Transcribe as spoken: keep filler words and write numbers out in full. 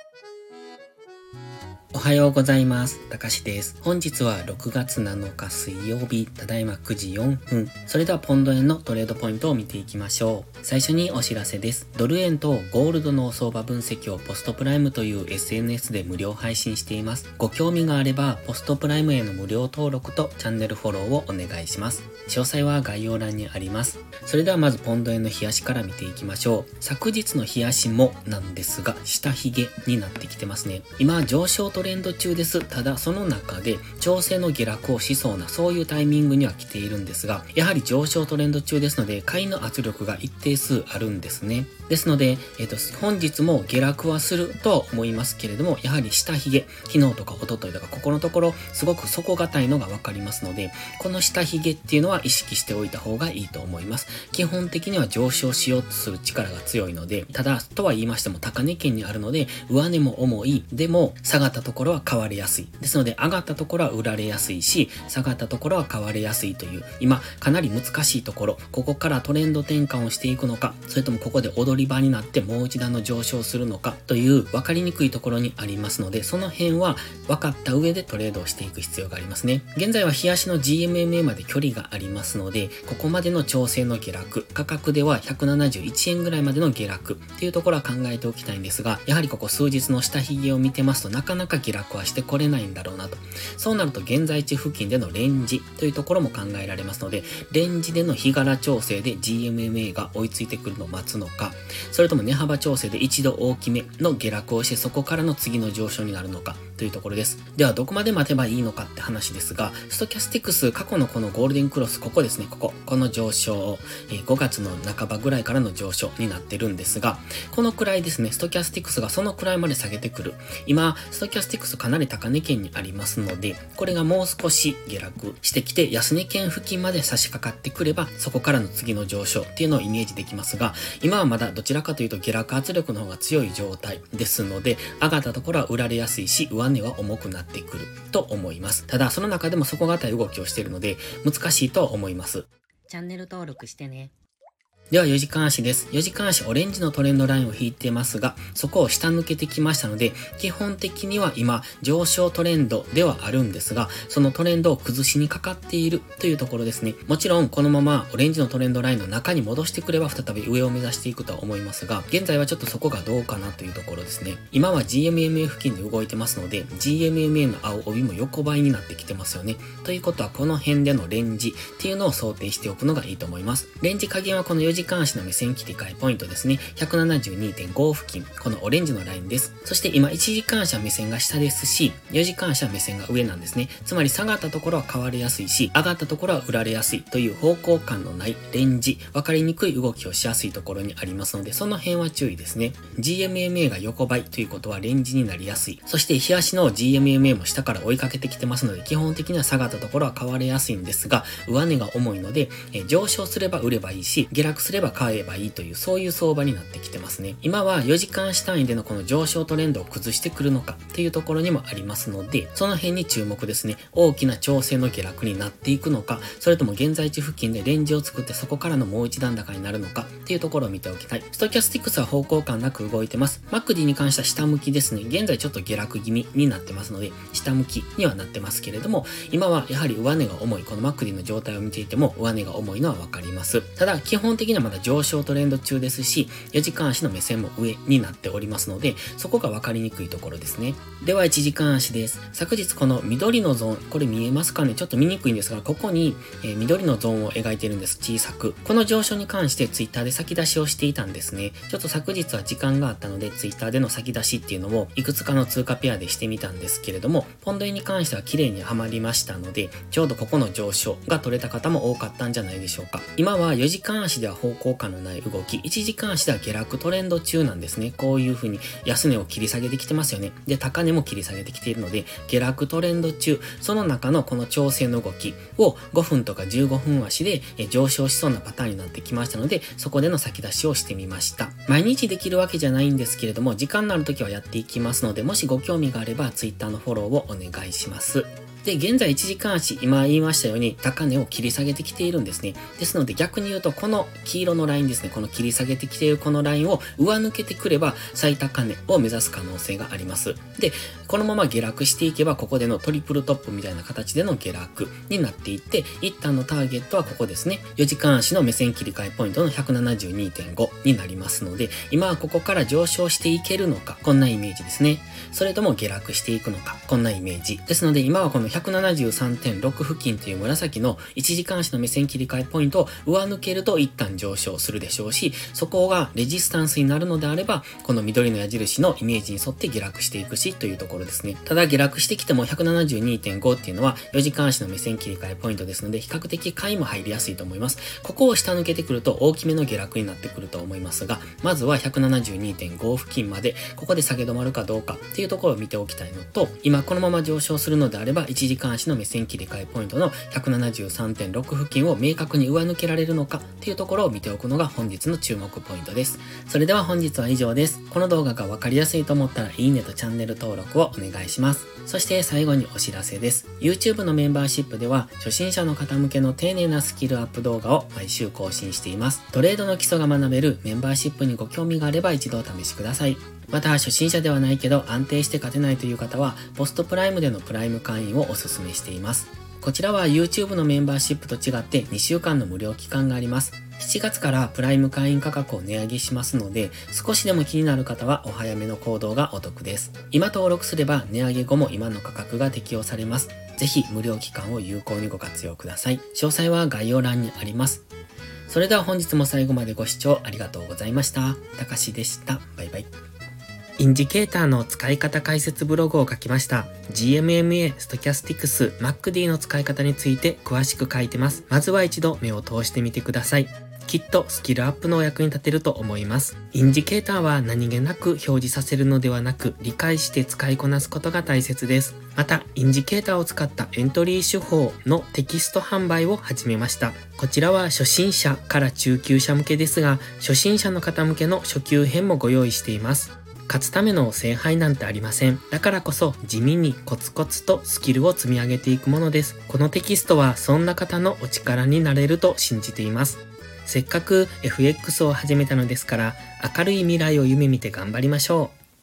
おはようございます。たかしです。本日はろくがつなのか水曜日、ただいまくじよんぷん。それではポンド円のトレードポイントを見ていきましょう。最初にお知らせです。ドル円とゴールドの相場分析をポストプライムという エスエヌエス で無料配信しています。ご興味があれば、ポストプライムへの無料登録とチャンネルフォローをお願いします。詳細は概要欄にあります。それではまずポンド円の冷やしから見ていきましょう。昨日の冷やしもなんですが、下髭になってきてますね。今、上昇トレンド中です。ただその中で調整の下落をしそうなそういうタイミングには来ているんですが、やはり上昇トレンド中ですので買いの圧力が一定数あるんですね。ですので、えっと、本日も下落はするとは思いますけれども、やはり下髭、昨日とか一昨日とかここのところすごく底堅いのがわかりますので、この下髭っていうのは意識しておいた方がいいと思います。基本的には上昇しようとする力が強いので、ただとは言いましても高値圏にあるので上値も重い、でも下がったところは買われやすいですので、上がったところは売られやすいし、下がったところは買われやすいという今かなり難しいところ、ここからトレンド転換をしていくのか、それともここで踊り場になってもう一段の上昇するのかという分かりにくいところにありますので、その辺は分かった上でトレードをしていく必要がありますね。現在は日足の ジーエムエムエー まで距離がありますので、ここまでの調整の下落、価格ではひゃくななじゅういちえんぐらいまでの下落っていうところは考えておきたいんですが、やはりここ数日の下髭を見てますとなかなか下落はしてこれないんだろうなと。そうなると現在地付近でのレンジというところも考えられますので、レンジでの日柄調整で ジーエムエムエー が追いついてくるのを待つのか、それとも値幅調整で一度大きめの下落をしてそこからの次の上昇になるのかというところです。ではどこまで待てばいいのかって話ですが、ストキャスティクス過去のこのゴールデンクロス、ここですね、こここの上昇、えー、ごがつの半ばぐらいからの上昇になってるんですが、このくらいですね、ストキャスティクスがそのくらいまで下げてくる。今ストキャスティクスかなり高値圏にありますので、これがもう少し下落してきて安値圏付近まで差し掛かってくれば、そこからの次の上昇っていうのをイメージできますが、今はまだどちらかというと下落圧力の方が強い状態ですので、上がったところは売られやすいし、上値は重くなってくると思います。ただその中でも底堅い動きをしているので難しいと思います。チャンネル登録してね。ではよじかん足です。よじかん足オレンジのトレンドラインを引いてますが、そこを下抜けてきましたので、基本的には今上昇トレンドではあるんですが、そのトレンドを崩しにかかっているというところですね。もちろんこのままオレンジのトレンドラインの中に戻してくれば再び上を目指していくとは思いますが、現在はちょっとそこがどうかなというところですね。今は ジーエムエムエー 付近で動いてますので、ジーエムエムエー の青帯も横ばいになってきてますよね。ということはこの辺でのレンジっていうのを想定しておくのがいいと思います。レンジ加減はこのよじかん足の目線切り替えポイントですね。ひゃくななじゅうにてんご 付近、このオレンジのラインです。そして今いちじかん足は目線が下ですし、よじかん足は目線が上なんですね。つまり下がったところは買われやすいし、上がったところは売られやすいという方向感のないレンジ、分かりにくい動きをしやすいところにありますので、その辺は注意ですね。ジーエムエムエー が横ばいということはレンジになりやすい。そして日足の ジーエムエムエー も下から追いかけてきてますので、基本的には下がったところは買われやすいんですが、上値が重いので、え上昇すれば売ればいいし、下落すれば買えばいいというそういう相場になってきてますね。今はよじかん足単位でのこの上昇トレンドを崩してくるのかっていうところにもありますので、その辺に注目ですね。大きな調整の下落になっていくのか、それとも現在地付近でレンジを作ってそこからのもう一段高になるのかっていうところを見ておきたい。ストキャスティクスは方向感なく動いてます。マックディに関しては下向きですね。現在ちょっと下落気味になってますので、下向きにはなってますけれども、今はやはり上値が重い、このマックディの状態を見ていても上値が重いのはわかります。ただ基本的にはまだ上昇トレンド中ですし、よじかん足の目線も上になっておりますので、そこが分かりにくいところですね。ではいちじかん足です。昨日この緑のゾーン、これ見えますかね、ちょっと見にくいんですが、ここに、えー、緑のゾーンを描いているんです。小さく。この上昇に関してツイッターで先出しをしていたんですね。ちょっと昨日は時間があったのでツイッターでの先出しっていうのをいくつかの通貨ペアでしてみたんですけれども、ポンド円に関しては綺麗にはまりましたので、ちょうどここの上昇が取れた方も多かったんじゃないでしょうか。今はよじかん足では方向感のない動き、いちじかん足では下落トレンド中なんですね。こういう風に安値を切り下げてきてますよね。で、高値も切り下げてきているので、下落トレンド中、その中のこの調整の動きをごふんとかじゅうごふん足で上昇しそうなパターンになってきましたので、そこでの先出しをしてみました。毎日できるわけじゃないんですけれども、時間のある時はやっていきますので、もしご興味があれば Twitter のフォローをお願いします。 で、現在いちじかん足、今言いましたように高値を切り下げてきているんですね。ですので逆に言うとこの黄色のラインですね、この切り下げてきているこのラインを上抜けてくれば最高値を目指す可能性があります。で、このまま下落していけばここでのトリプルトップみたいな形での下落になっていって、一旦のターゲットはここですね。よじかん足の目線切り替えポイントの ひゃくななじゅうにてんご になりますので、今はここから上昇していけるのか、こんなイメージですね。それとも下落していくのか、こんなイメージ。ですので今はこの ひゃくななじゅうさんてんろく 付近という紫のいちじかん足の目線切り替えポイントを上抜けると一旦上昇するでしょうし、そこがレジスタンスになるのであれば、この緑の矢印のイメージに沿って下落していくしというところですね。ただ下落してきても ひゃくななじゅうにてんご っていうのはよじかん足の目線切り替えポイントですので、比較的買いも入りやすいと思います。ここを下抜けてくると大きめの下落になってくると思いますが、まずは ひゃくななじゅうにてんご 付近までここで下げ止まるかどうかっていうところを見ておきたいのと、今このまま上昇するのであればいちじかん足の目線切り替えポイントの ひゃくななじゅうさんてんろく 付近を明確に上抜けられるのかっていうところを見ておくのが本日の注目ポイントです。それでは本日は以上です。この動画がわかりやすいと思ったらいいねとチャンネル登録をお願いします。そして最後にお知らせです。YouTube のメンバーシップでは初心者の方向けの丁寧なスキルアップ動画を毎週更新しています。トレードの基礎が学べるメンバーシップにご興味があれば一度お試しください。また初心者ではないけど安定して勝てないという方はポストプライムでのプライム会員をお勧めしています。こちらは YouTube のメンバーシップと違ってにしゅうかんの無料期間があります。しちがつからプライム会員価格を値上げしますので、少しでも気になる方はお早めの行動がお得です。今登録すれば値上げ後も今の価格が適用されます。ぜひ無料期間を有効にご活用ください。詳細は概要欄にあります。それでは本日も最後までご視聴ありがとうございました。たかしでした。バイバイ。インジケーターの使い方解説ブログを書きました。ジーエムエムエー、ストキャスティクス、マックディー の使い方について詳しく書いてます。まずは一度目を通してみてください。きっとスキルアップのお役に立てると思います。インジケーターは何気なく表示させるのではなく、理解して使いこなすことが大切です。また、インジケーターを使ったエントリー手法のテキスト販売を始めました。こちらは初心者から中級者向けですが、初心者の方向けの初級編もご用意しています。勝つための聖杯なんてありません。だからこそ地味にコツコツとスキルを積み上げていくものです。このテキストはそんな方のお力になれると信じています。せっかく エフエックス を始めたのですから、明るい未来を夢見て頑張りましょう。